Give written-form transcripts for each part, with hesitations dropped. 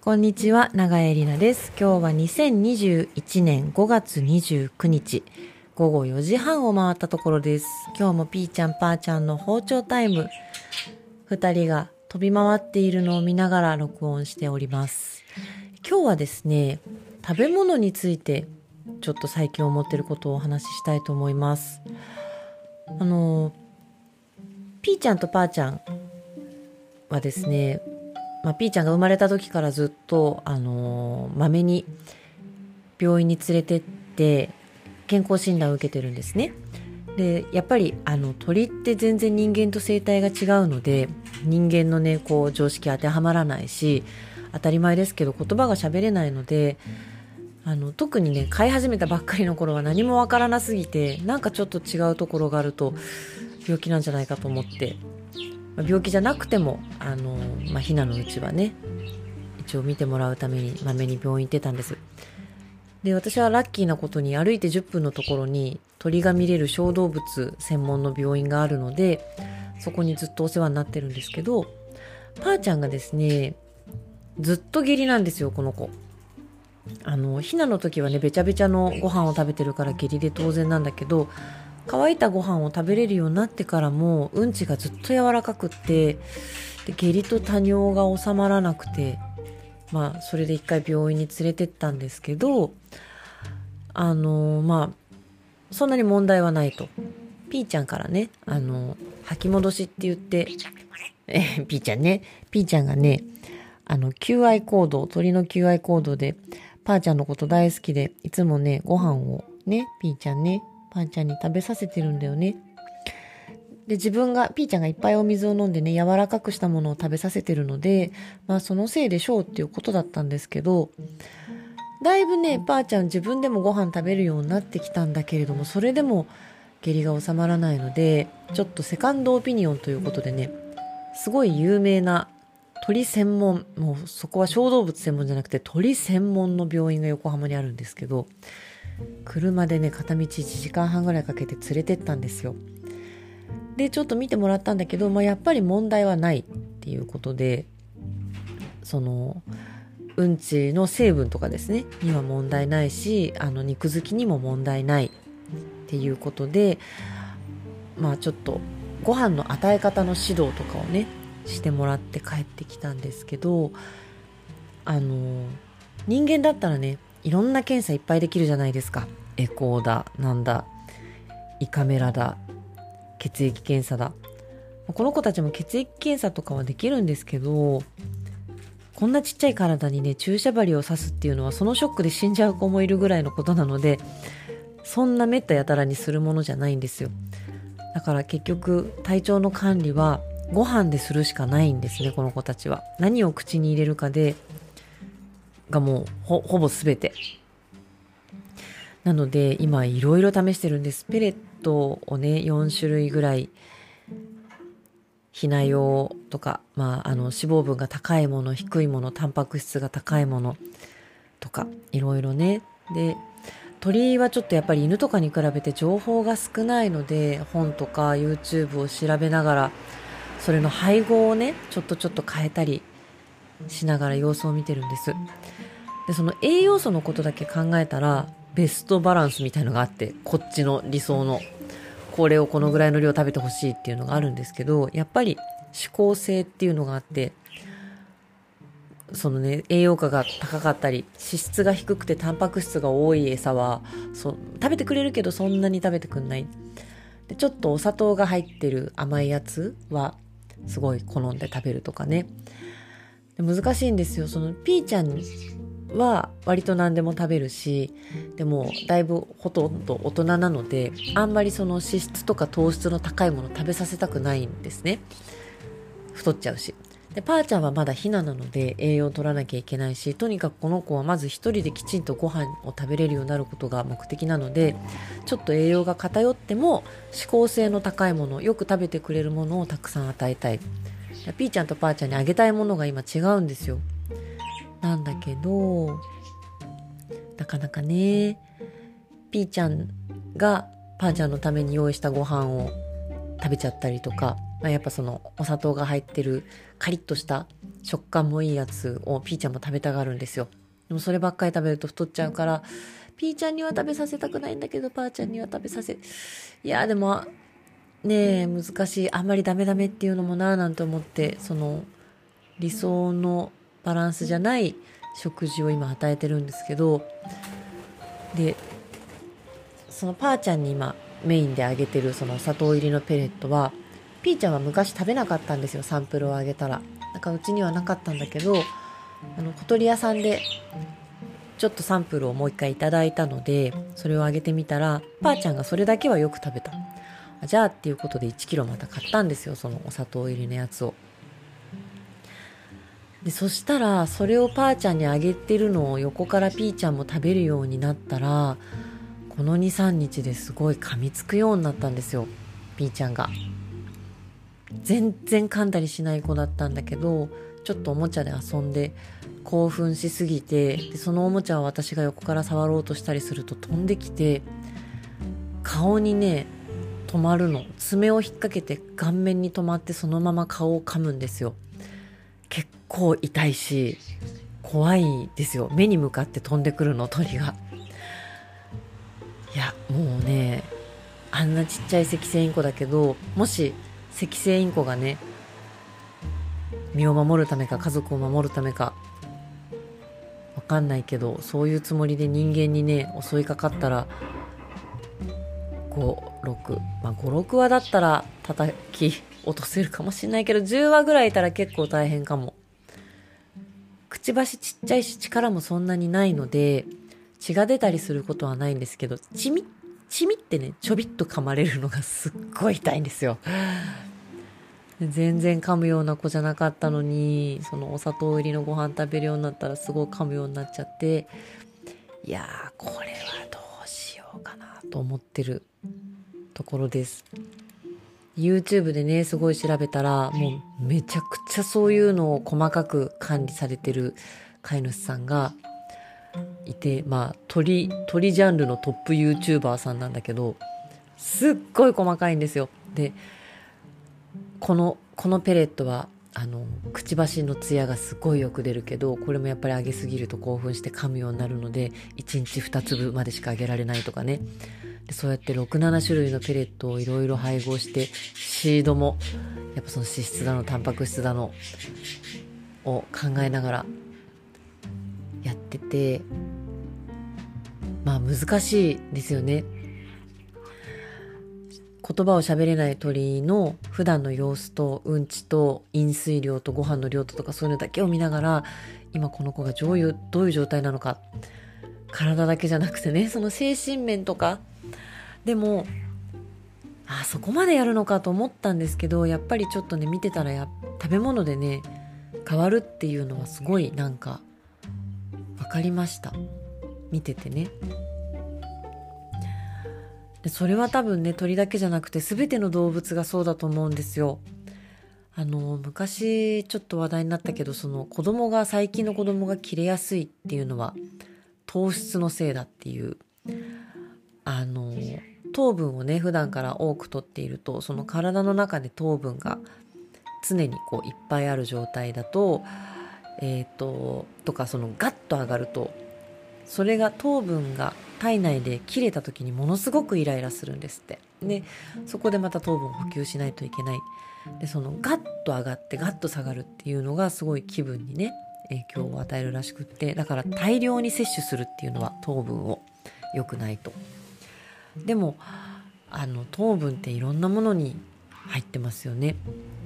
こんにちは、永江里奈です。今日は2021年5月29日、午後4時半を回ったところです。今日もピーちゃん、パーちゃんの包丁タイム、2人が飛び回っているのを見ながら録音しております。今日はですね、食べ物についてちょっと最近思っていることをお話ししたいと思います。ピーちゃんとパーちゃんはですね、ピーちゃんが生まれた時からずっと、まめに病院に連れてって健康診断を受けてるんですね。で、やっぱり鳥って全然人間と生態が違うので、人間のね、常識当てはまらないし、当たり前ですけど言葉が喋れないので、特にね、飼い始めたばっかりの頃は何もわからなすぎて、なんかちょっと違うところがあると病気なんじゃないかと思って、病気じゃなくてもひなのうちはね、一応見てもらうためにまめに病院行ってたんです。で、私はラッキーなことに歩いて10分のところに鳥が見れる小動物専門の病院があるので、そこにずっとお世話になってるんですけど、パーちゃんがですね、ずっと下痢なんですよ、この子。ひなの時はね、べちゃべちゃのご飯を食べてるから下痢で当然なんだけど、乾いたご飯を食べれるようになってからもうんちがずっと柔らかくって、で下痢と多尿が収まらなくて、それで一回病院に連れてったんですけど、そんなに問題はないと。ピーちゃんからね、吐き戻しって言って、ピーちゃんがね、求愛行動、鳥の求愛行動で、パーちゃんのこと大好きで、いつもね、ご飯をね、ピーちゃんね、パーちゃんに食べさせてるんだよね。で、ピーちゃんがいっぱいお水を飲んでね、柔らかくしたものを食べさせてるので、そのせいでしょうっていうことだったんですけど、だいぶね、パーちゃん自分でもご飯食べるようになってきたんだけれども、それでも下痢が収まらないので、ちょっとセカンドオピニオンということでね、すごい有名な鳥専門、もうそこは小動物専門じゃなくて鳥専門の病院が横浜にあるんですけど、車でね、片道1時間半ぐらいかけて連れてったんですよ。で、ちょっと見てもらったんだけど、やっぱり問題はないっていうことで、うんちの成分とかですねには問題ないし、肉付きにも問題ないっていうことで、ちょっとご飯の与え方の指導とかをねしてもらって帰ってきたんですけど、人間だったらね、いろんな検査いっぱいできるじゃないですか。エコーだ、なんだ、胃カメラだ、血液検査だ。この子たちも血液検査とかはできるんですけど、こんなちっちゃい体にね、注射針を刺すっていうのはそのショックで死んじゃう子もいるぐらいのことなので、そんなめったやたらにするものじゃないんですよ。だから結局体調の管理はご飯でするしかないんですね。この子たちは何を口に入れるかでがもうほぼ全てなので、今いろいろ試してるんです。ペレットをね、4種類ぐらい、ひな用とか、脂肪分が高いもの、低いもの、タンパク質が高いものとか、いろいろね。で、鳥はちょっとやっぱり犬とかに比べて情報が少ないので、本とか YouTube を調べながら、それの配合をね、ちょっと変えたりしながら様子を見てるんです。で、その栄養素のことだけ考えたら、ベストバランスみたいのがあって、こっちの理想のこれをこのぐらいの量食べてほしいっていうのがあるんですけど、やっぱり指向性っていうのがあって、そのね、栄養価が高かったり脂質が低くてタンパク質が多い餌は食べてくれるけどそんなに食べてくんない。で、ちょっとお砂糖が入ってる甘いやつはすごい好んで食べるとかね。で、難しいんですよ。そのピーちゃんは割と何でも食べるし、でもだいぶほとんど大人なので、あんまりその脂質とか糖質の高いもの食べさせたくないんですね。太っちゃうし。で、パーちゃんはまだヒナなので栄養を取らなきゃいけないし、とにかくこの子はまず一人できちんとご飯を食べれるようになることが目的なので、ちょっと栄養が偏っても指向性の高いもの、よく食べてくれるものをたくさん与えたい。ピーちゃんとパーちゃんにあげたいものが今違うんですよ。なんだけど、なかなかね、ピーちゃんがパーちゃんのために用意したご飯を食べちゃったりとか、やっぱそのお砂糖が入ってるカリッとした食感もいいやつをピーちゃんも食べたがるんですよ。でもそればっかり食べると太っちゃうから、ピーちゃんには食べさせたくないんだけど、パーちゃんには食べさせ、いやでもねえ難しい、あんまりダメダメっていうのもなーなんて思って、その理想のバランスじゃない食事を今与えてるんですけど、でそのパーちゃんに今メインであげてるその砂糖入りのペレットは、ピーちゃんは昔食べなかったんですよ。サンプルをあげたら、なんかうちにはなかったんだけど、小鳥屋さんでちょっとサンプルをもう一回いただいたので、それをあげてみたら、パーちゃんがそれだけはよく食べた。じゃあっていうことで1キロまた買ったんですよ、そのお砂糖入りのやつを。でそしたらそれをパーちゃんにあげてるのを横からピーちゃんも食べるようになったら、この 2,3 日ですごい噛みつくようになったんですよ、ピーちゃんが。全然噛んだりしない子だったんだけど、ちょっとおもちゃで遊んで興奮しすぎて、でそのおもちゃを私が横から触ろうとしたりすると飛んできて、顔にね止まるの。爪を引っ掛けて顔面に止まって、そのまま顔を噛むんですよ。結構痛いし怖いですよ。目に向かって飛んでくるの、鳥が。いやもうね、あんなちっちゃいセキセイインコだけど、もしセキセイインコがね、身を守るためか家族を守るためかわかんないけど、そういうつもりで人間にね襲いかかったら、5、6話だったら叩き落とせるかもしれないけど、10話ぐらいいたら結構大変かも。くちばしちっちゃいし力もそんなにないので血が出たりすることはないんですけど、チミってね、ちょびっと噛まれるのがすっごい痛いんですよ。全然噛むような子じゃなかったのに、そのお砂糖入りのご飯食べるようになったらすごい噛むようになっちゃって、いやーこれはどうしようかなと思ってるところです。 YouTube でねすごい調べたら、もうめちゃくちゃそういうのを細かく管理されてる飼い主さんがいて、鳥ジャンルのトップ YouTuber さんなんだけど、すっごい細かいんですよ。でこのペレットはくちばしのツヤがすごいよく出るけど、これもやっぱりあげすぎると興奮して噛むようになるので1日2粒までしかあげられないとかね。でそうやって6、7種類のペレットをいろいろ配合して、シードもやっぱその脂質だのタンパク質だのを考えながらやってて、難しいですよね。言葉を喋れない鳥の普段の様子とうんちと飲水量とご飯の量とか、そういうのだけを見ながら、今この子がどういう状態なのか、体だけじゃなくてね、その精神面とかでもそこまでやるのかと思ったんですけど、やっぱりちょっとね見てたら食べ物でね変わるっていうのはすごいなんか分かりました、見ててね。でそれは多分ね鳥だけじゃなくて全ての動物がそうだと思うんですよ。昔ちょっと話題になったけど、その最近の子供が切れやすいっていうのは糖質のせいだっていう、糖分をね普段から多く取っていると、その体の中で糖分が常にこういっぱいある状態だと、とかそのガッと上がると、それが糖分が体内で切れた時にものすごくイライラするんですって。でそこでまた糖分を補給しないといけない。でそのガッと上がってガッと下がるっていうのがすごい気分にね影響を与えるらしくって、だから大量に摂取するっていうのは糖分を良くないと。でも糖分っていろんなものに入ってますよね。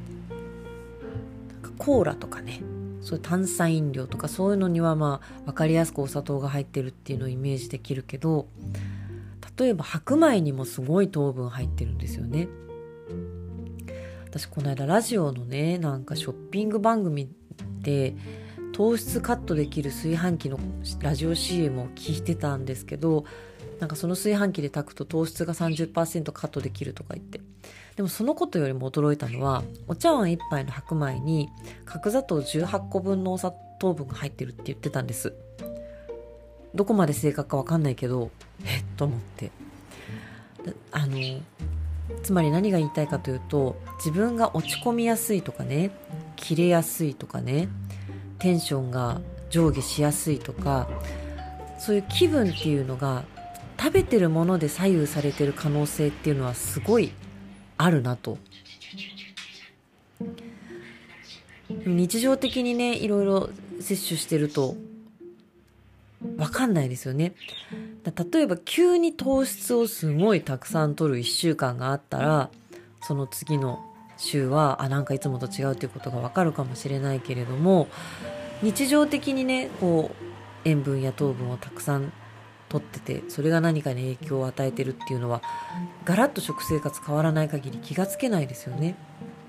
なんかコーラとかね、そういう炭酸飲料とかそういうのには分かりやすくお砂糖が入ってるっていうのをイメージできるけど、例えば白米にもすごい糖分入ってるんですよね。私この間ラジオのねなんかショッピング番組で糖質カットできる炊飯器のラジオ CM を聞いてたんですけど、なんかその炊飯器で炊くと糖質が 30% カットできるとか言って、でもそのことよりも驚いたのは、お茶碗1杯の白米に角砂糖18個分のお砂糖分が入ってるって言ってたんです。どこまで正確か分かんないけどと思って、 つまり何が言いたいかというと、自分が落ち込みやすいとかね、切れやすいとかね、テンションが上下しやすいとか、そういう気分っていうのが食べてるもので左右されてる可能性っていうのはすごいあるなと。日常的にね、いろいろ摂取してると分かんないですよね。例えば急に糖質をすごいたくさん摂る1週間があったら、その次の週はなんかいつもと違うということが分かるかもしれないけれども、日常的にね、こう塩分や糖分をたくさん取ってて、それが何かに影響を与えてるっていうのは、ガラッと食生活変わらない限り気がつけないですよね。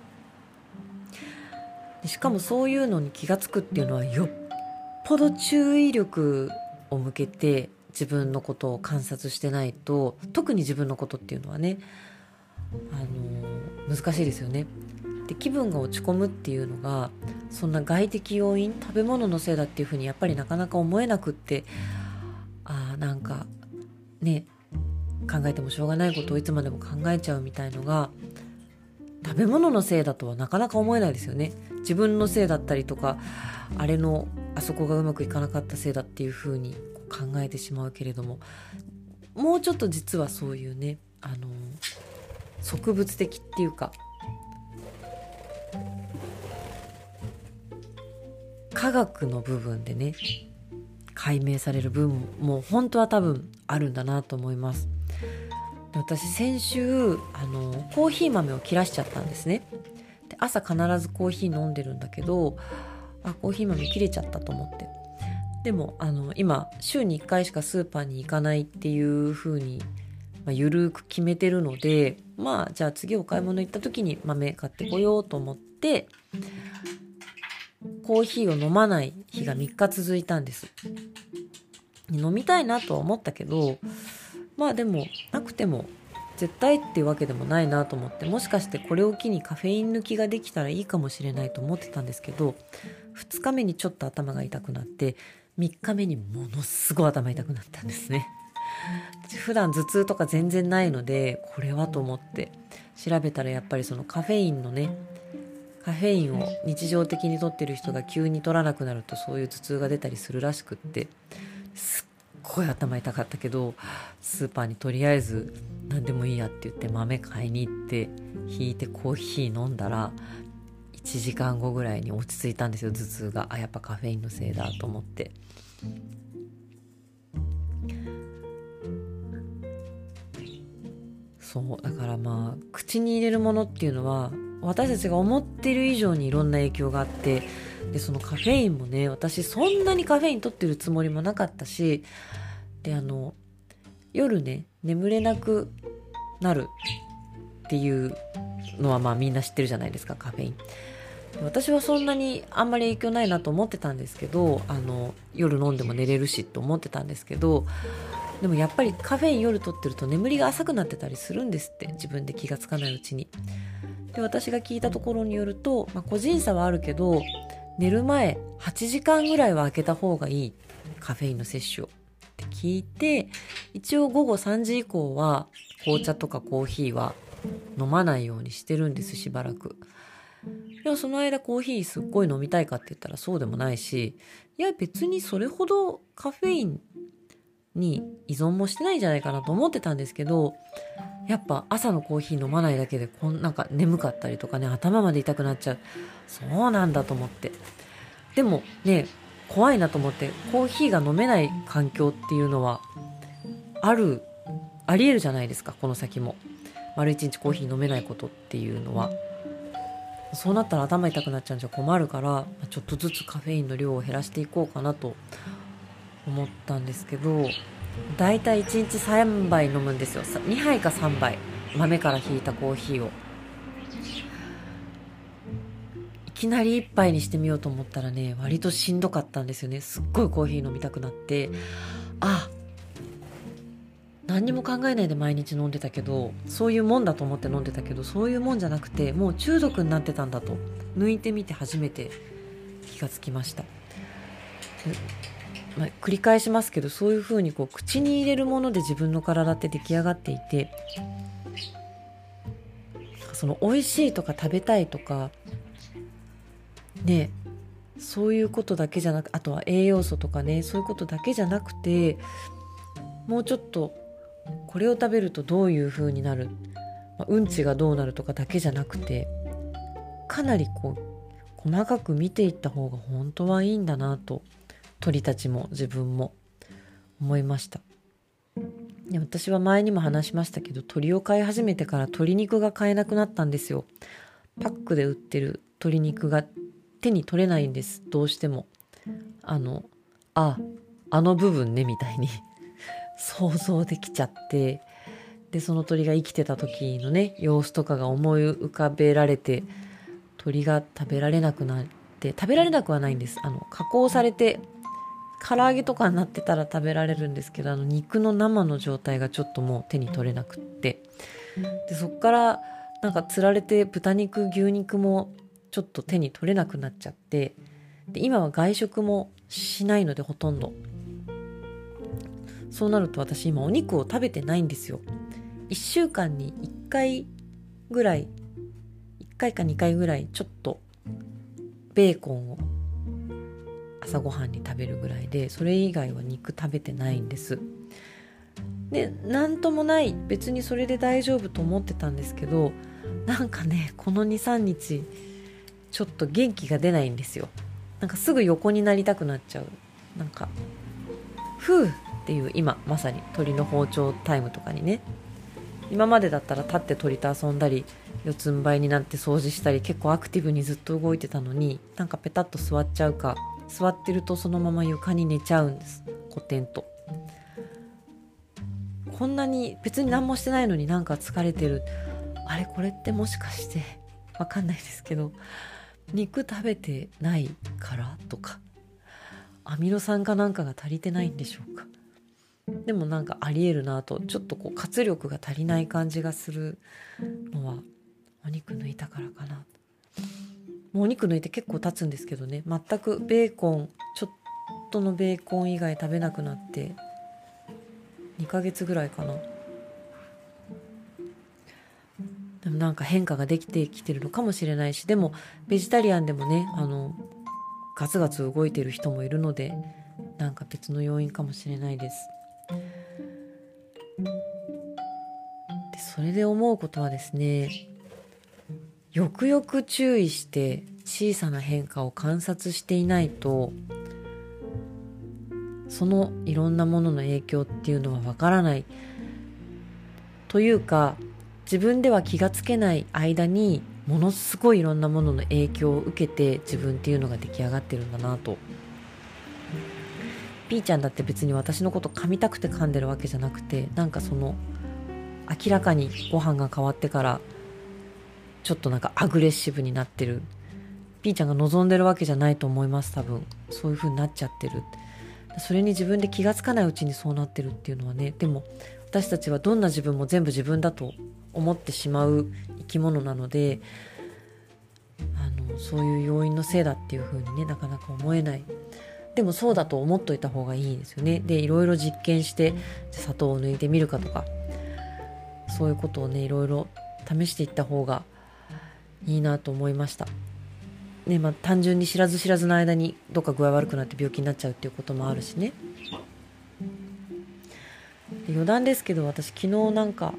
でしかもそういうのに気がつくっていうのは、よっぽど注意力を向けて自分のことを観察してないと、特に自分のことっていうのはね、難しいですよね。で、気分が落ち込むっていうのがそんな外的要因、食べ物のせいだっていうふうにやっぱりなかなか思えなくって、なんかね、考えてもしょうがないことをいつまでも考えちゃうみたいのが、食べ物のせいだとはなかなか思えないですよね。自分のせいだったりとか、あそこがうまくいかなかったせいだっていうふうに考えてしまうけれども、もうちょっと実はそういうね、植物的っていうか、科学の部分でね、解明される部分も本当は多分あるんだなと思います。で、私先週コーヒー豆を切らしちゃったんですね。で、朝必ずコーヒー飲んでるんだけど、コーヒー豆切れちゃったと思って。でも今週に1回しかスーパーに行かないっていう風に、ゆるく決めてるので、じゃあ次お買い物行った時に豆買ってこようと思って、コーヒーを飲まない日が3日続いたんです。飲みたいなとは思ったけど、でもなくても絶対っていうわけでもないなと思って、もしかしてこれを機にカフェイン抜きができたらいいかもしれないと思ってたんですけど、2日目にちょっと頭が痛くなって、3日目にものすごい頭痛くなったんですね。普段頭痛とか全然ないので、これはと思って調べたら、やっぱりそのカフェインを日常的に摂ってる人が急に摂らなくなると、そういう頭痛が出たりするらしくって、すっごい頭痛かったけど、スーパーにとりあえず何でもいいやって言って豆買いに行って、引いてコーヒー飲んだら1時間後ぐらいに落ち着いたんですよ、頭痛が。やっぱカフェインのせいだと思って。そうだから、口に入れるものっていうのは私たちが思っている以上にいろんな影響があって、でそのカフェインもね、私そんなにカフェイン取ってるつもりもなかったし、で夜ね、眠れなくなるっていうのはみんな知ってるじゃないですか、カフェイン。私はそんなにあんまり影響ないなと思ってたんですけど、夜飲んでも寝れるしと思ってたんですけど、でもやっぱりカフェイン夜取ってると眠りが浅くなってたりするんですって、自分で気がつかないうちに。で、私が聞いたところによると、個人差はあるけど、寝る前8時間ぐらいは空けた方がいい、カフェインの摂取をって聞いて、一応午後3時以降は紅茶とかコーヒーは飲まないようにしてるんです、しばらく。でもその間コーヒーすっごい飲みたいかって言ったらそうでもないし、いや別にそれほどカフェインに依存もしてないんじゃないかなと思ってたんですけど、やっぱ朝のコーヒー飲まないだけでなんか眠かったりとかね、頭まで痛くなっちゃう。そうなんだと思って。でもね、怖いなと思って、コーヒーが飲めない環境っていうのはあり得るじゃないですか、この先も。丸一日コーヒー飲めないことっていうのは。そうなったら頭痛くなっちゃうんじゃ困るから、ちょっとずつカフェインの量を減らしていこうかなと思ったんですけど、だいたい1日3杯飲むんですよ。2杯か3杯、豆からひいたコーヒーを。いきなり1杯にしてみようと思ったらね、割としんどかったんですよね。すっごいコーヒー飲みたくなって、何にも考えないで毎日飲んでたけど、そういうもんだと思って飲んでたけど、そういうもんじゃなくて、もう中毒になってたんだと、抜いてみて初めて気がつきました。繰り返しますけど、そういう風に口に入れるもので自分の体って出来上がっていて、 その美味しいとか食べたいとかね、そういうことだけじゃなく、あとは栄養素とかね、そういうことだけじゃなくて、もうちょっとこれを食べるとどういう風になる、うんちがどうなるとかだけじゃなくて、かなり細かく見ていった方が本当はいいんだなと、鳥たちも自分も思いました。で、私は前にも話しましたけど、鳥を飼い始めてから鶏肉が買えなくなったんですよ。パックで売ってる鶏肉が手に取れないんです、どうしても。あの部分ねみたいに想像できちゃって、でその鳥が生きてた時のね様子とかが思い浮かべられて、鳥が食べられなくなって、食べられなくはないんです。加工されて唐揚げとかになってたら食べられるんですけど、肉の生の状態がちょっともう手に取れなくって、でそっからなんか釣られて豚肉牛肉もちょっと手に取れなくなっちゃって、で今は外食もしないので、ほとんど。そうなると私今お肉を食べてないんですよ。1週間に1回ぐらい、1回か2回ぐらいちょっとベーコンを朝ごはんに食べるぐらいで、それ以外は肉食べてないんです。で、なんともない、別にそれで大丈夫と思ってたんですけど、なんかね、この 2,3 日ちょっと元気が出ないんですよ。なんかすぐ横になりたくなっちゃう。なんかふうっていう、今まさに鳥の包丁タイムとかにね、今までだったら立って鳥と遊んだり、四つん這いになって掃除したり、結構アクティブにずっと動いてたのに、なんかペタッと座っちゃうか、座ってるとそのまま床に寝ちゃうんです、コテンと。こんなに別に何もしてないのになんか疲れてる、あれこれってもしかしてわかんないですけど、肉食べてないからとか、アミノ酸かなんかが足りてないんでしょうか。でもなんかありえるなと、ちょっと活力が足りない感じがするのはお肉抜いたからかな。もうお肉抜いて結構経つんですけどね、全くベーコン、ちょっとのベーコン以外食べなくなって2ヶ月ぐらいかな。でもなんか変化ができてきてるのかもしれないし、でもベジタリアンでもね、ガツガツ動いてる人もいるので、なんか別の要因かもしれないです。でそれで思うことはですね、よくよく注意して小さな変化を観察していないと、そのいろんなものの影響っていうのはわからないというか、自分では気がつけない間にものすごいいろんなものの影響を受けて自分っていうのが出来上がってるんだなと。ピーちゃんだって別に私のこと噛みたくて噛んでるわけじゃなくて、なんかその明らかにご飯が変わってからちょっとなんかアグレッシブになってる、ピーちゃんが望んでるわけじゃないと思います。多分そういう風になっちゃってる。それに自分で気がつかないうちにそうなってるっていうのはね、でも私たちはどんな自分も全部自分だと思ってしまう生き物なので、そういう要因のせいだっていう風にね、なかなか思えない。でもそうだと思っといた方がいいですよね。でいろいろ実験して、砂糖を抜いてみるかとか、そういうことをねいろいろ試していった方がいいなと思いましたね。単純に知らず知らずの間にどっか具合悪くなって病気になっちゃうっていうこともあるしね。で余談ですけど、私昨日なんか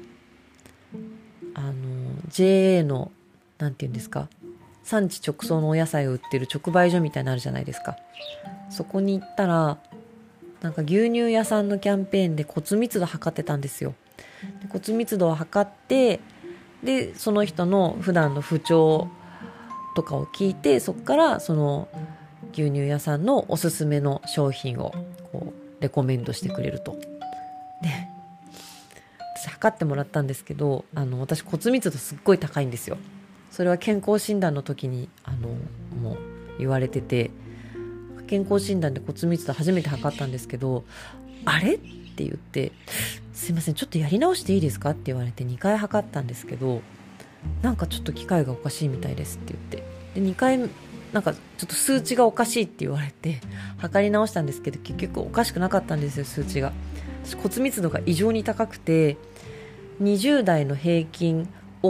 JA のなんていうんですか、産地直送のお野菜を売ってる直売所みたいなのあるじゃないですか。そこに行ったら、なんか牛乳屋さんのキャンペーンで骨密度測ってたんですよ。で骨密度を測って、でその人の普段の不調とかを聞いて、そこからその牛乳屋さんのおすすめの商品をレコメンドしてくれると。で私測ってもらったんですけど、私骨密度すっごい高いんですよ。それは健康診断の時にもう言われてて、健康診断で骨密度初めて測ったんですけど、あれって言って、すいませんちょっとやり直していいですかって言われて2回測ったんですけど、なんかちょっと機械がおかしいみたいですって言って、で2回なんかちょっと数値がおかしいって言われて測り直したんですけど、結局おかしくなかったんですよ。数値が、骨密度が異常に高くて、20代の平均を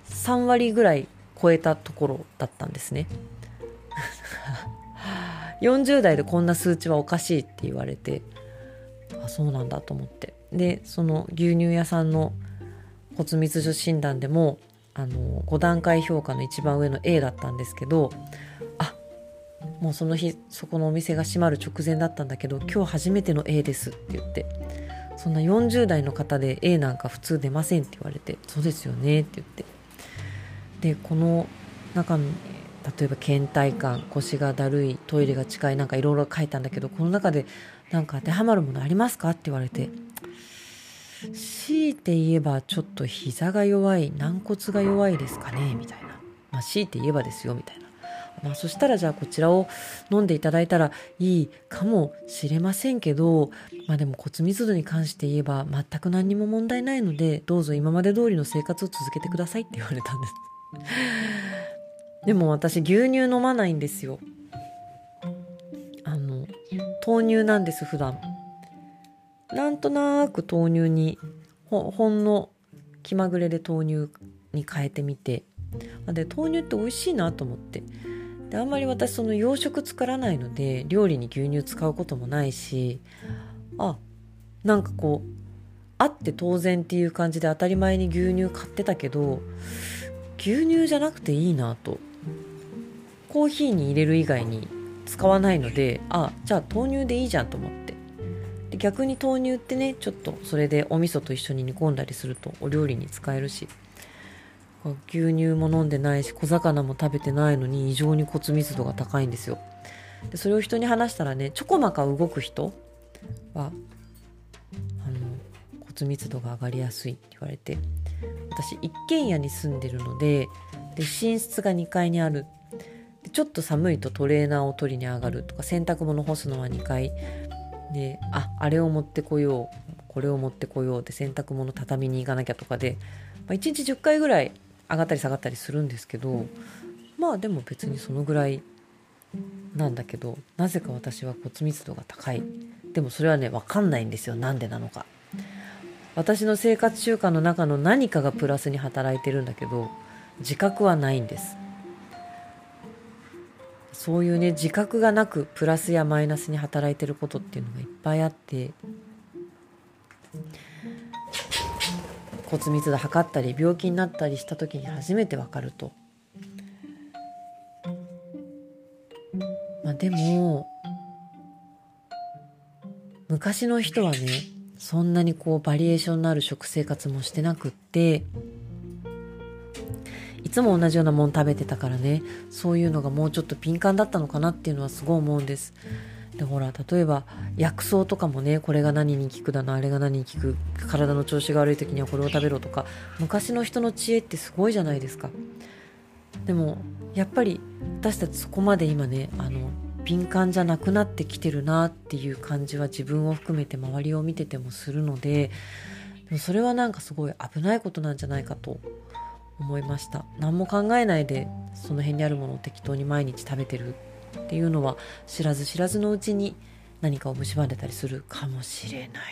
3割ぐらい超えたところだったんですね。40代でこんな数値はおかしいって言われて、あ、そうなんだと思って、でその牛乳屋さんの骨密度診断でも5段階評価の一番上の A だったんですけど、あ、もうその日そこのお店が閉まる直前だったんだけど、今日初めての A ですって言って、そんな40代の方で A なんか普通出ませんって言われて、そうですよねって言って、でこの中に例えば倦怠感、腰がだるい、トイレが近い、なんかいろいろ書いたんだけど、この中でなんか当てはまるものありますかって言われて、強いて言えばちょっと膝が弱い、軟骨が弱いですかねみたいな、まあ強いて言えばですよみたいな、まあ、そしたらじゃあこちらを飲んでいただいたらいいかもしれませんけど、まあでも骨密度に関して言えば全く何にも問題ないので、どうぞ今まで通りの生活を続けてくださいって言われたんです。でも私牛乳飲まないんですよ。豆乳なんです普段。なんとなく豆乳にほんの気まぐれで豆乳に変えてみて、で豆乳って美味しいなと思って、であんまり私その洋食作らないので料理に牛乳使うこともないし、なんかこうあって当然っていう感じで当たり前に牛乳買ってたけど、牛乳じゃなくていいなと、コーヒーに入れる以外に使わないので、じゃあ豆乳でいいじゃんと思って、で逆に豆乳ってね、ちょっとそれでお味噌と一緒に煮込んだりするとお料理に使えるし、牛乳も飲んでないし小魚も食べてないのに異常に骨密度が高いんですよ。でそれを人に話したらね、ちょこまか動く人は骨密度が上がりやすいって言われて、私一軒家に住んでるので、寝室が2階にある、でちょっと寒いとトレーナーを取りに上がるとか、洗濯物干すのは2階で、あれを持ってこよう、これを持ってこようで洗濯物畳みに行かなきゃとかで、1日10回ぐらい上がったり下がったりするんですけど、まあでも別にそのぐらいなんだけど、なぜか私は骨密度が高い。でもそれはね、分かんないんですよ、なんでなのか。私の生活習慣の中の何かがプラスに働いてるんだけど、自覚はないんです。そういうね、自覚がなくプラスやマイナスに働いてることっていうのがいっぱいあって、骨密度測ったり病気になったりした時に初めて分かると。でも昔の人はね、そんなにこうバリエーションのある食生活もしてなくって、いつも同じようなもん食べてたからね、そういうのがもうちょっと敏感だったのかなっていうのはすごい思うんです。でほら、例えば薬草とかもね、これが何に効くだの、あれが何に効く、体の調子が悪い時にはこれを食べろとか、昔の人の知恵ってすごいじゃないですか。でもやっぱり私たちそこまで今ね、敏感じゃなくなってきてるなっていう感じは自分を含めて周りを見ててもするので、でもそれはなんかすごい危ないことなんじゃないかと思いました。何も考えないでその辺にあるものを適当に毎日食べてるっていうのは、知らず知らずのうちに何かを蝕んでたりするかもしれない。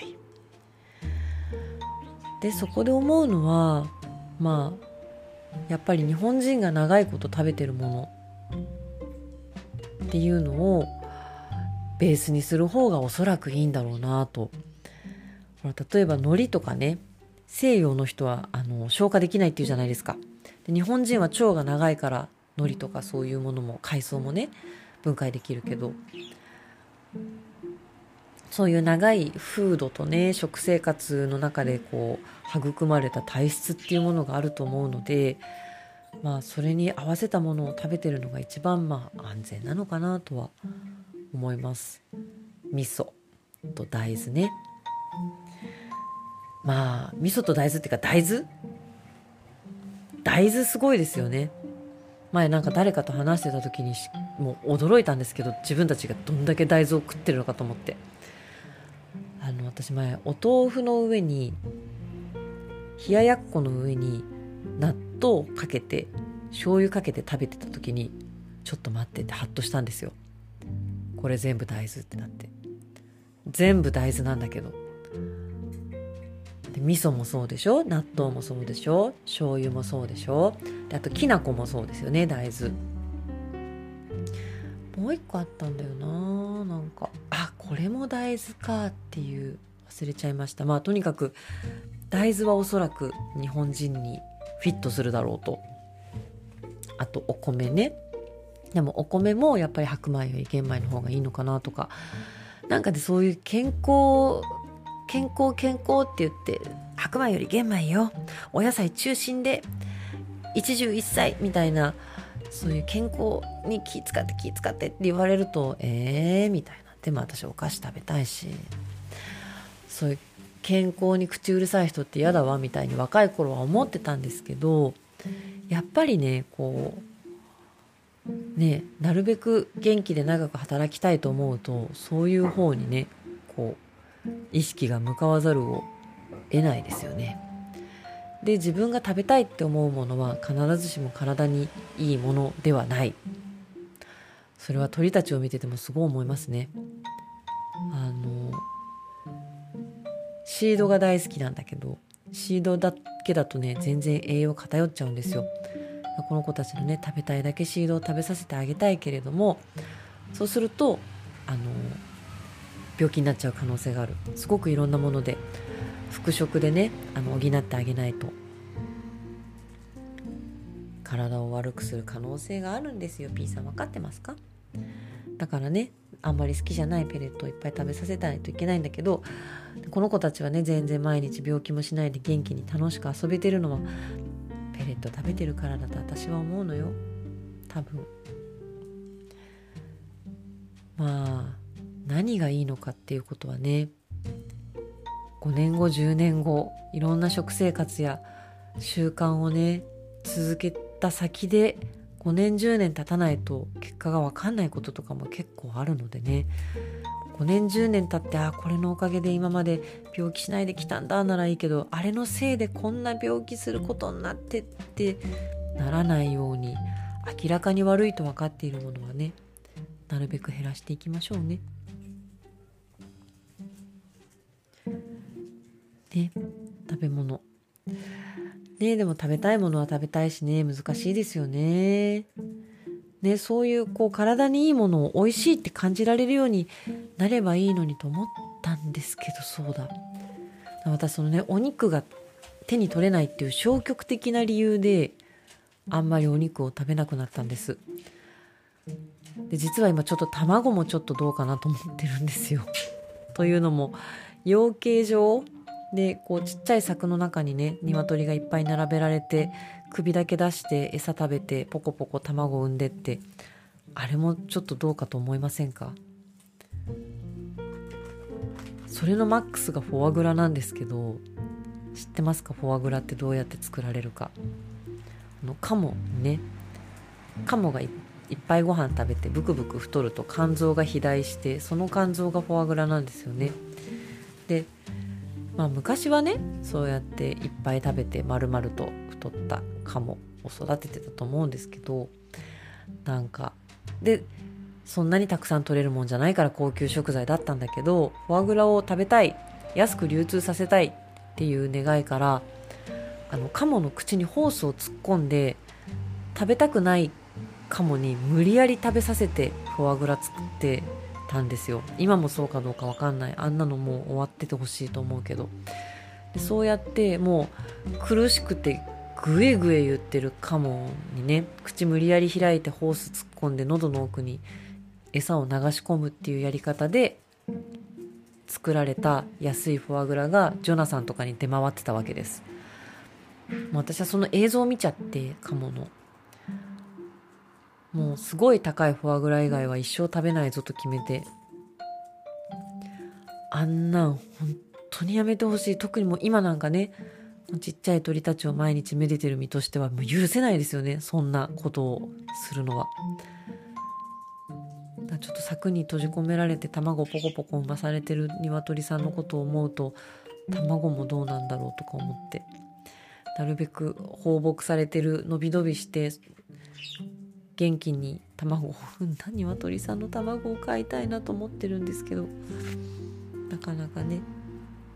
でそこで思うのは、やっぱり日本人が長いこと食べてるものっていうのをベースにする方がおそらくいいんだろうなと。例えば海苔とかね、西洋の人は消化できないっていうじゃないですか。で日本人は腸が長いから海苔とかそういうものも海藻もね分解できるけど、そういう長い風土とね食生活の中でこう育まれた体質っていうものがあると思うので、それに合わせたものを食べてるのが一番安全なのかなとは思います。味噌と大豆ね。味噌と大豆っていうか大豆すごいですよね。前なんか誰かと話してた時にもう驚いたんですけど、自分たちがどんだけ大豆を食ってるのかと思って、私前お豆腐の上に冷ややっこの上に納豆かけて醤油かけて食べてた時に、ちょっと待ってってハッとしたんですよ。これ全部大豆ってなって、全部大豆なんだけど、 で味噌もそうでしょ、納豆もそうでしょ、醤油もそうでしょ、であときな粉もそうですよね、大豆。もう一個あったんだよな、なんかこれも大豆かっていう忘れちゃいました。とにかく大豆はおそらく日本人にフィットするだろうと。あとお米ね。でもお米もやっぱり白米より玄米の方がいいのかなとか、なんかでそういう健康って言って白米より玄米よ、お野菜中心で一汁一菜みたいな、そういう健康に気使ってって言われるとみたいな。でも私お菓子食べたいし、そういう健康に口うるさい人って嫌だわみたいに若い頃は思ってたんですけど、やっぱりねなるべく元気で長く働きたいと思うと、そういう方にね意識が向かわざるを得ないですよね。で自分が食べたいって思うものは必ずしも体にいいものではない。それは鳥たちを見ててもすごい思いますね。シードが大好きなんだけど、シードだけだとね全然栄養偏っちゃうんですよ。この子たちのね食べたいだけシードを食べさせてあげたいけれども、そうすると病気になっちゃう可能性がある。すごくいろんなもので副食でね補ってあげないと体を悪くする可能性があるんですよ。 P さん分かってますか？だからね、あんまり好きじゃないペレットをいっぱい食べさせないといけないんだけど、この子たちはね全然毎日病気もしないで元気に楽しく遊べてるのはペレット食べてるからだと私は思うのよ、多分。何がいいのかっていうことはね、5年後10年後いろんな食生活や習慣をね続けた先で5年10年経たないと結果が分かんないこととかも結構あるのでね、5年10年経ってこれのおかげで今まで病気しないできたんだならいいけど、あれのせいでこんな病気することになってってならないように、明らかに悪いと分かっているものはねなるべく減らしていきましょうね。食べ物ね、でも食べたいものは食べたいしね、難しいですよね。そういう体にいいものを美味しいって感じられるようになればいいのにと思ったんですけど、そうだ、私お肉が手に取れないっていう消極的な理由であんまりお肉を食べなくなったんです。で実は今ちょっと卵もちょっとどうかなと思ってるんですよ。というのも養鶏場でちっちゃい柵の中にね鶏がいっぱい並べられて、首だけ出して餌食べてポコポコ卵を産んでって、あれもちょっとどうかと思いませんか？それのマックスがフォアグラなんですけど、知ってますか？フォアグラってどうやって作られるか。カモがいっぱいご飯食べてブクブク太ると肝臓が肥大して、その肝臓がフォアグラなんですよね。で昔はねそうやっていっぱい食べて丸々と太ったカモを育ててたと思うんですけど、そんなにたくさん取れるもんじゃないから高級食材だったんだけど、フォアグラを食べたい、安く流通させたいっていう願いからカモの口にホースを突っ込んで、食べたくないカモに無理やり食べさせてフォアグラ作ってたんですよ。今もそうかどうか分かんない、あんなのもう終わっててほしいと思うけど。でそうやってもう苦しくてグエグエ言ってるカモにね口無理やり開いてホース突っ込んで喉の奥に餌を流し込むっていうやり方で作られた安いフォアグラがジョナサンとかに出回ってたわけです。もう私はその映像を見ちゃって、カモのもうすごい高いフォアグラ以外は一生食べないぞと決めて、あんなん本当にやめてほしい。特にもう今なんかねちっちゃい鳥たちを毎日めでてる身としてはもう許せないですよね、そんなことをするのは。ちょっと柵に閉じ込められて卵をポコポコ産まされてる鶏さんのことを思うと、卵もどうなんだろうとか思って、なるべく放牧されてるのびのびして元気に卵を産んだ鶏さんの卵を飼いたいなと思ってるんですけど、なかなかね。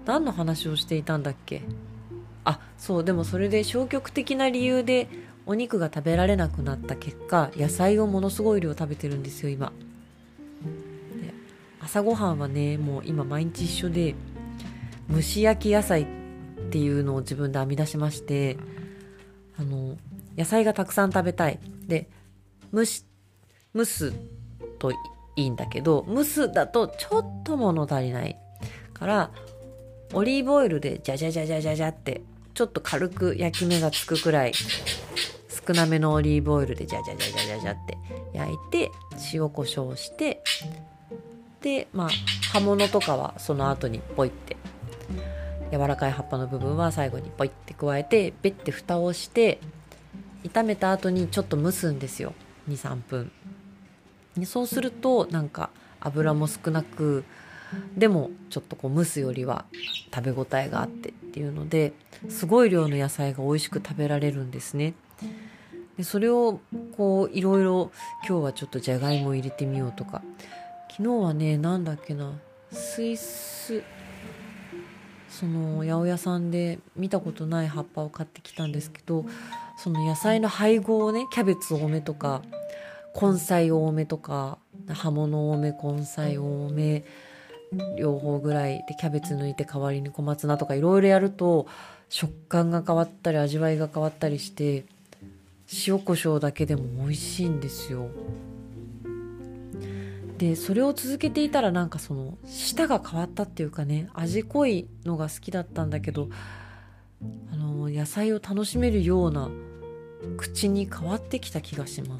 何の話をしていたんだっけ。そう、でもそれで消極的な理由でお肉が食べられなくなった結果、野菜をものすごい量食べてるんですよ今で。朝ごはんはね、もう今毎日一緒で、蒸し焼き野菜っていうのを自分で編み出しまして、野菜がたくさん食べたい。で、蒸すといいんだけど、蒸すだとちょっと物足りないから、オリーブオイルでジャジャジャジャジャジャってちょっと軽く焼き目がつくくらい、少なめのオリーブオイルでジャジャジャジャジャジャって焼いて、塩コショウして、で葉物とかはその後にポイって、柔らかい葉っぱの部分は最後にポイって加えて、ベッて蓋をして炒めた後にちょっと蒸すんですよ、 2,3 分で。そうするとなんか油も少なく、でもちょっとこう蒸すよりは食べ応えがあってっていうので、すごい量の野菜が美味しく食べられるんですね。でそれをこういろいろ、今日はちょっとじゃがいも入れてみようとか、昨日はね、なんだっけな、スイス、その八百屋さんで見たことない葉っぱを買ってきたんですけど、その野菜の配合をね、キャベツ多めとか根菜多めとか、葉物多め根菜多め両方ぐらいで、キャベツ抜いて代わりに小松菜とかいろいろやると、食感が変わったり味わいが変わったりして、塩コショウだけでも美味しいんですよ。でそれを続けていたら、なんかその舌が変わったっていうかね、味濃いのが好きだったんだけど、野菜を楽しめるような口に変わってきた気がします。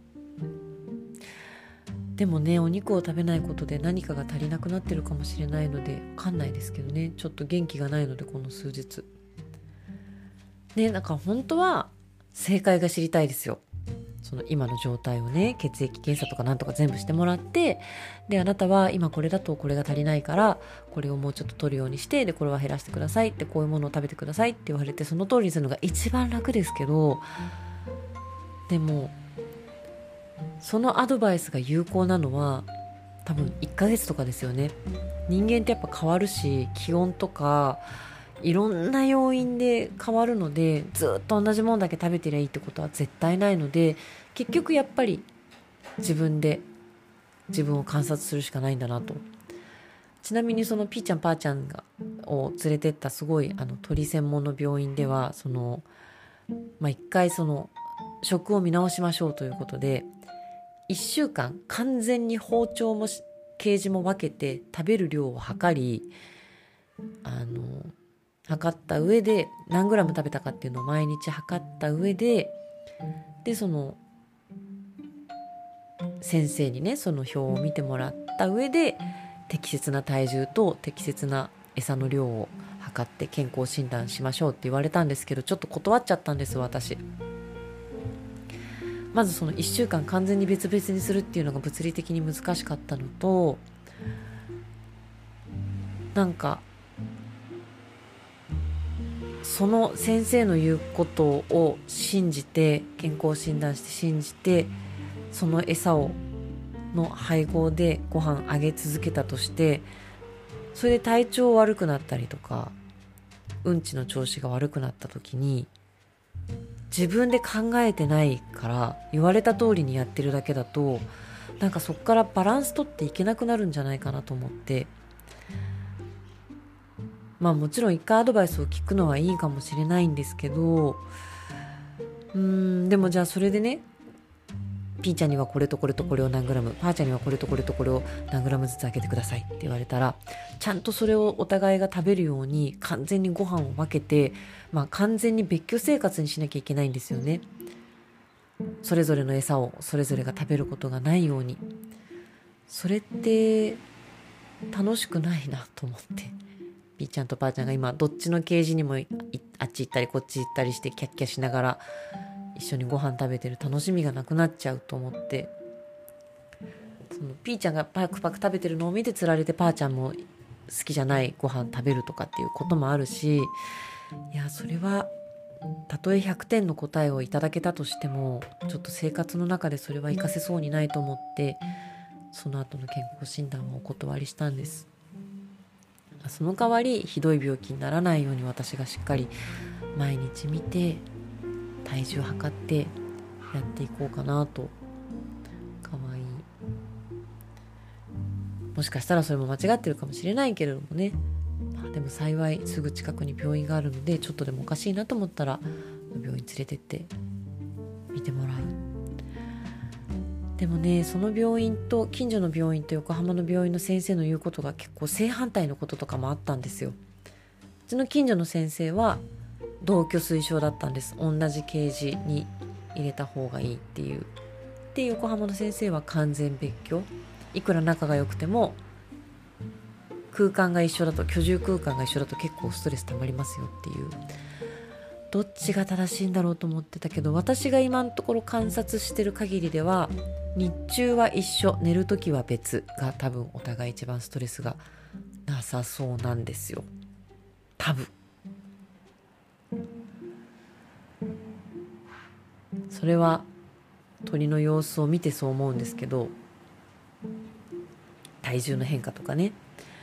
でもね、お肉を食べないことで何かが足りなくなってるかもしれないので、分かんないですけどね、ちょっと元気がないので、この数日ね。なんか本当は正解が知りたいですよ。その今の状態をね、血液検査とかなんとか全部してもらって、であなたは今これだとこれが足りないから、これをもうちょっと取るようにして、でこれは減らしてくださいって、こういうものを食べてくださいって言われて、その通りにするのが一番楽ですけど、でもそのアドバイスが有効なのは多分1ヶ月とかですよね。人間ってやっぱ変わるし、気温とかいろんな要因で変わるので、ずっと同じものだけ食べてりゃいいってことは絶対ないので、結局やっぱり自分で自分を観察するしかないんだなと。ちなみにそのピーちゃんパーちゃんを連れてったすごい鳥専門の病院では、一回その食を見直しましょうということで、1週間完全に包丁もケージも分けて食べる量を測り、測った上で何グラム食べたかっていうのを毎日測った上で、その先生にね、その表を見てもらった上で、適切な体重と適切な餌の量を測って健康診断しましょうって言われたんですけど、ちょっと断っちゃったんです私。まずその1週間完全に別々にするっていうのが物理的に難しかったのと、なんかその先生の言うことを信じて、健康診断して信じて、その餌の配合でご飯あげ続けたとして、それで体調悪くなったりとか、うんちの調子が悪くなった時に、自分で考えてないから言われた通りにやってるだけだと、なんかそこからバランス取っていけなくなるんじゃないかなと思って、もちろん一回アドバイスを聞くのはいいかもしれないんですけど、でもじゃあそれでね、ピーちゃんにはこれとこれとこれを何グラム、パーちゃんにはこれとこれとこれを何グラムずつあげてくださいって言われたら、ちゃんとそれをお互いが食べるように完全にご飯を分けて、完全に別居生活にしなきゃいけないんですよね。それぞれの餌をそれぞれが食べることがないように。それって楽しくないなと思って、ピーちゃんとパーちゃんが今どっちのケージにもあっち行ったりこっち行ったりしてキャッキャしながら一緒にご飯食べてる楽しみがなくなっちゃうと思って、そのピーちゃんがパクパク食べてるのを見てつられて、パーちゃんも好きじゃないご飯食べるとかっていうこともあるし、いやそれはたとえ100点の答えをいただけたとしても、ちょっと生活の中でそれは活かせそうにないと思って、その後の健康診断はお断りしたんです。 その代わりひどい病気にならないように私がしっかり毎日見て体重測ってやっていこうかなと。かわいい。もしかしたらそれも間違ってるかもしれないけれどもね、でも幸いすぐ近くに病院があるので、ちょっとでもおかしいなと思ったら病院連れてって見てもらう。でもね、その病院と近所の病院と横浜の病院の先生の言うことが結構正反対のこととかもあったんですよ。うちの近所の先生は同居推奨だったんです。同じケージに入れた方がいいっていう。で、横浜の先生は完全別居。いくら仲が良くても空間が一緒だと、居住空間が一緒だと結構ストレス溜まりますよっていう。どっちが正しいんだろうと思ってたけど、私が今のところ観察してる限りでは、日中は一緒、寝るときは別が多分お互い一番ストレスがなさそうなんですよ。多分。それは鳥の様子を見てそう思うんですけど、体重の変化とかね、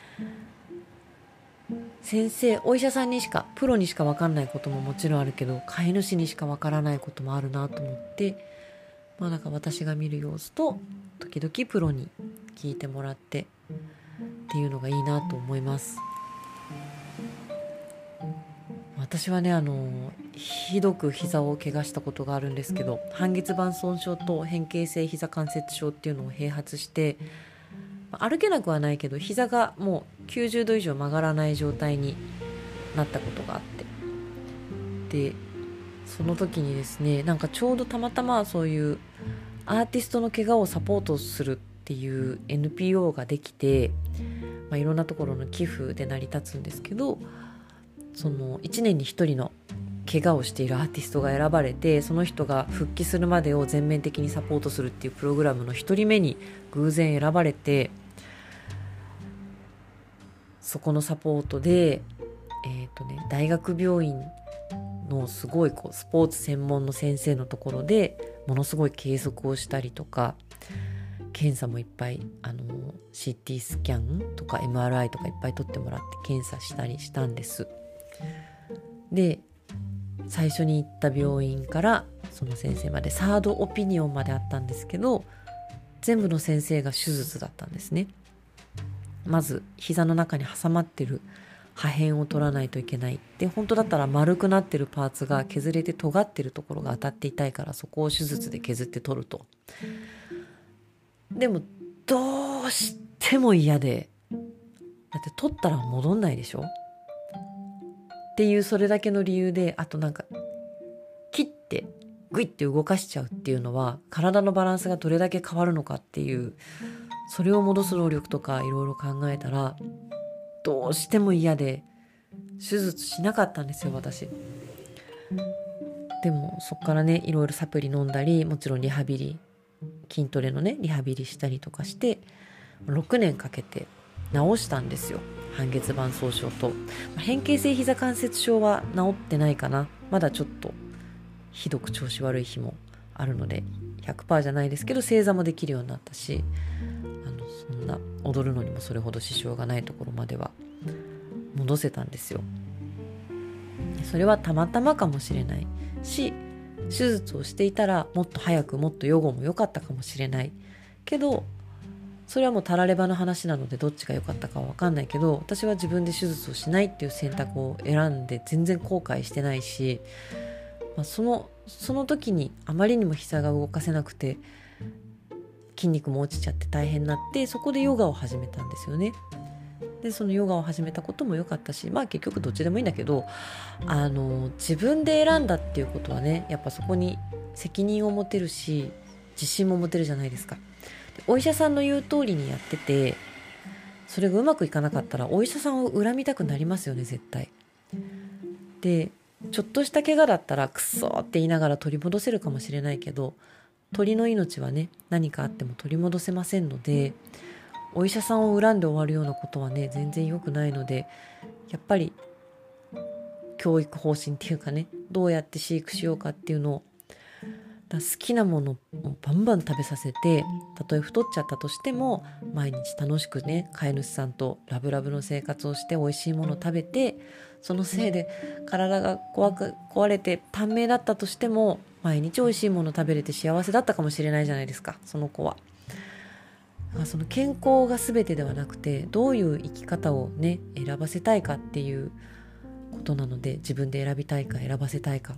先生、お医者さんにしか、プロにしか分かんないことももちろんあるけど、飼い主にしか分からないこともあるなと思って、だから私が見る様子と時々プロに聞いてもらってっていうのがいいなと思います。私はね、ひどく膝を怪我したことがあるんですけど、半月板損傷と変形性膝関節症っていうのを併発して、歩けなくはないけど膝がもう90度以上曲がらない状態になったことがあって、でその時にですね、なんかちょうどたまたまそういうアーティストの怪我をサポートするっていう NPO ができて、いろんなところの寄付で成り立つんですけど、その1年に1人の怪我をしているアーティストが選ばれて、その人が復帰するまでを全面的にサポートするっていうプログラムの1人目に偶然選ばれて、そこのサポートで、大学病院のすごいスポーツ専門の先生のところでものすごい計測をしたりとか、検査もいっぱいCT スキャンとか MRI とかいっぱい取ってもらって検査したりしたんです。で、最初に行った病院からその先生までサードオピニオンまであったんですけど、全部の先生が手術だったんですね。まず膝の中に挟まってる破片を取らないといけない。で、本当だったら丸くなってるパーツが削れて尖ってるところが当たって痛いから、そこを手術で削って取ると。でもどうしても嫌で、だって取ったら戻んないでしょっていう、それだけの理由で、あとなんか切ってグイって動かしちゃうっていうのは体のバランスがどれだけ変わるのかっていう、それを戻す労力とかいろいろ考えたらどうしても嫌で手術しなかったんですよ、私。でもそっからね、いろいろサプリ飲んだり、もちろんリハビリ、筋トレのねリハビリしたりとかして6年かけて治したんですよ、半月板損傷と。変形性膝関節症は治ってないかな。まだちょっとひどく調子悪い日もあるので 100% じゃないですけど、正座もできるようになったし、そんな踊るのにもそれほど支障がないところまでは戻せたんですよ。それはたまたまかもしれないし、手術をしていたらもっと早くもっと予後も良かったかもしれないけど、それはもうたらればの話なのでどっちが良かったかは分かんないけど、私は自分で手術をしないっていう選択を選んで全然後悔してないし、その時にあまりにも膝が動かせなくて筋肉も落ちちゃって大変になって、そこでヨガを始めたんですよね。で、そのヨガを始めたことも良かったし、結局どっちでもいいんだけど、自分で選んだっていうことはね、やっぱそこに責任を持てるし自信も持てるじゃないですか。で、お医者さんの言う通りにやってて、それがうまくいかなかったらお医者さんを恨みたくなりますよね、絶対。で、ちょっとした怪我だったらクソって言いながら取り戻せるかもしれないけど、鳥の命はね、何かあっても取り戻せませんので、お医者さんを恨んで終わるようなことはね、全然良くないので、やっぱり教育方針っていうかね、どうやって飼育しようかっていうのをだ好きなものをバンバン食べさせて、たとえ太っちゃったとしても毎日楽しくね、飼い主さんとラブラブの生活をして美味しいものを食べて、そのせいで体が壊れて短命だったとしても毎日美味しいものを食べれて幸せだったかもしれないじゃないですか、その子は。だからその健康が全てではなくて、どういう生き方をね選ばせたいかっていうことなので、自分で選びたいか選ばせたいか。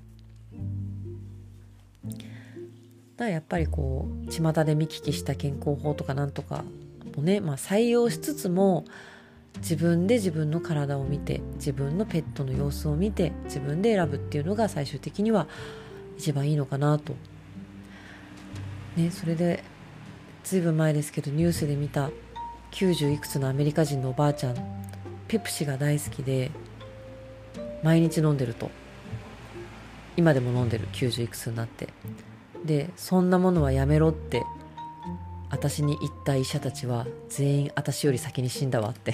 だからやっぱりこう巷で見聞きした健康法とかなんとかもね、採用しつつも、自分で自分の体を見て、自分のペットの様子を見て、自分で選ぶっていうのが最終的には一番いいのかなと、ね、それでずいぶん前ですけどニュースで見た90いくつのアメリカ人のおばあちゃん、ペプシが大好きで毎日飲んでると、今でも飲んでる、90いくつになって。でそんなものはやめろって私に言った医者たちは全員私より先に死んだわって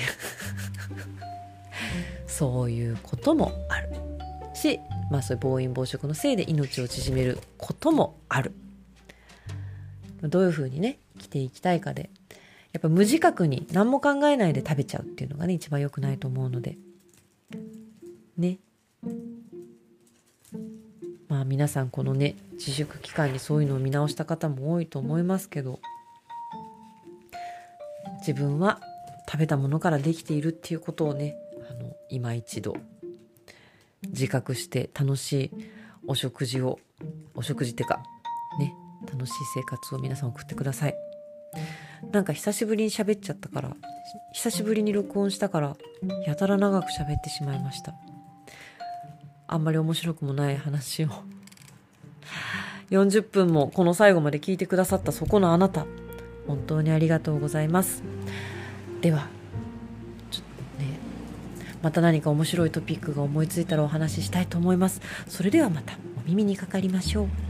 そういうこともあるし、そういう暴飲暴食のせいで命を縮めることもある。どういうふうにね生きていきたいかで、やっぱ無自覚に何も考えないで食べちゃうっていうのがね一番良くないと思うのでね。皆さんこのね自粛期間にそういうのを見直した方も多いと思いますけど、自分は食べたものからできているっていうことをね、今一度自覚して楽しいお食事ってかね、楽しい生活を皆さん送ってください。なんか久しぶりに喋っちゃったから、久しぶりに録音したからやたら長く喋ってしまいました。あんまり面白くもない話を40分もこの最後まで聞いてくださったそこのあなた、本当にありがとうございます。ではまた何か面白いトピックが思いついたらお話ししたいと思います。それではまたお耳にかかりましょう。